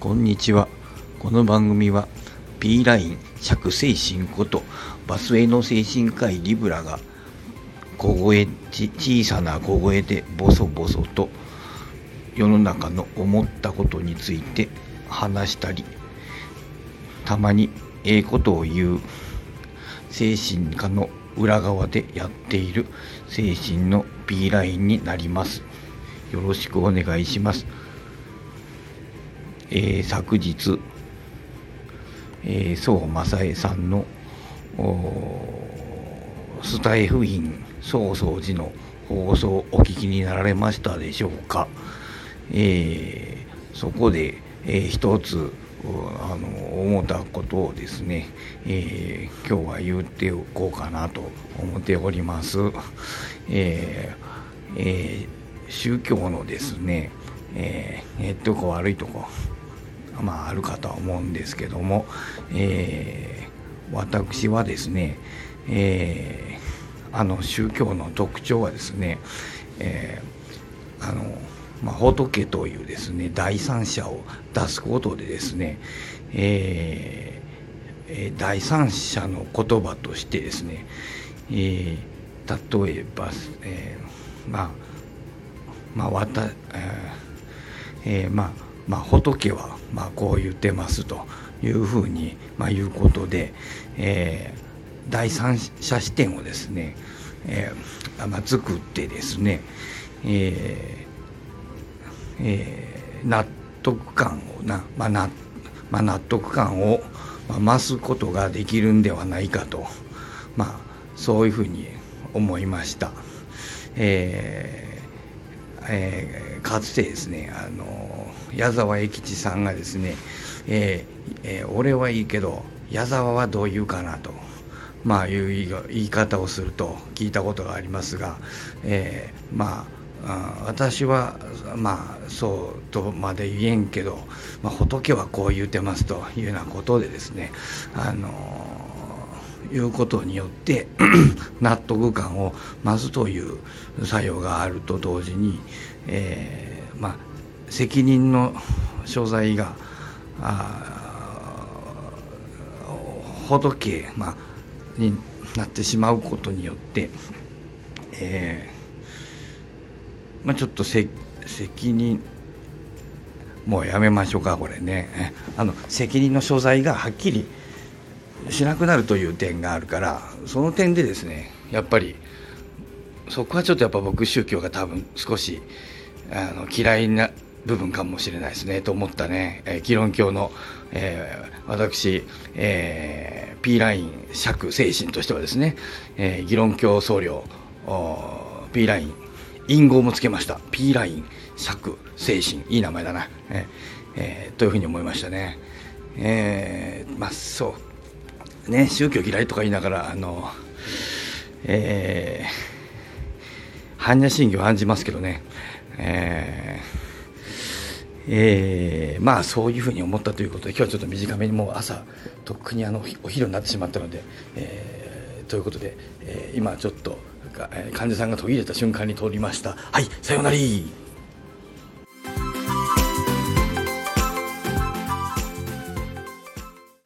こんにちは。この番組は P ライン釈精神ことバスへの精神科医リブラが小さな小声でボソボソと世の中の思ったことについて話したり、たまにことを言う精神科の裏側でやっている精神の P ラインになります。よろしくお願いします。昨日、宋正恵さんのスタイフイン曹操寺の放送をお聞きになられましたでしょうか。そこで、一つ思ったことをですね、今日は言っておこうかなと思っております。宗教のですね、とこ悪いとこあるかとは思うんですけども、私はですね、宗教の特徴はですね、仏というですね第三者を出すことでですね、第三者の言葉としてですね、例えば、仏はこう言ってますというふうに言うことで、第三者視点をですね、作ってですね、納得感を納得感を増すことができるんではないかと、そういうふうに思いました。かつてですね、矢沢永吉さんがですね、俺はいいけど矢沢はどう言うかなと、いう言い方をすると聞いたことがありますが、私はそうとまで言えんけど、仏はこう言うてますというようなことでですね、いうことによって納得感を増すという作用があると同時に、責任の所在が仏、になってしまうことによって、ちょっと責任もうやめましょうか、これね。責任の所在がはっきりしなくなるという点があるから、その点でですね、やっぱりそこはちょっと僕宗教が多分少し嫌いな部分かもしれないですねと思ったね。議論教の、私、P ライン釈精神としてはですね、議論教僧侶 P ライン隠語もつけました。 P ライン釈精神、いい名前だな、というふうに思いましたね。そうね、宗教嫌いとか言いながら般若心経を案じますけどね、そういうふうに思ったということで、今日はちょっと短めに、もう朝とっくにお昼になってしまったので、ということで、今ちょっと患者さんが途切れた瞬間に通りました。はい、さようなら。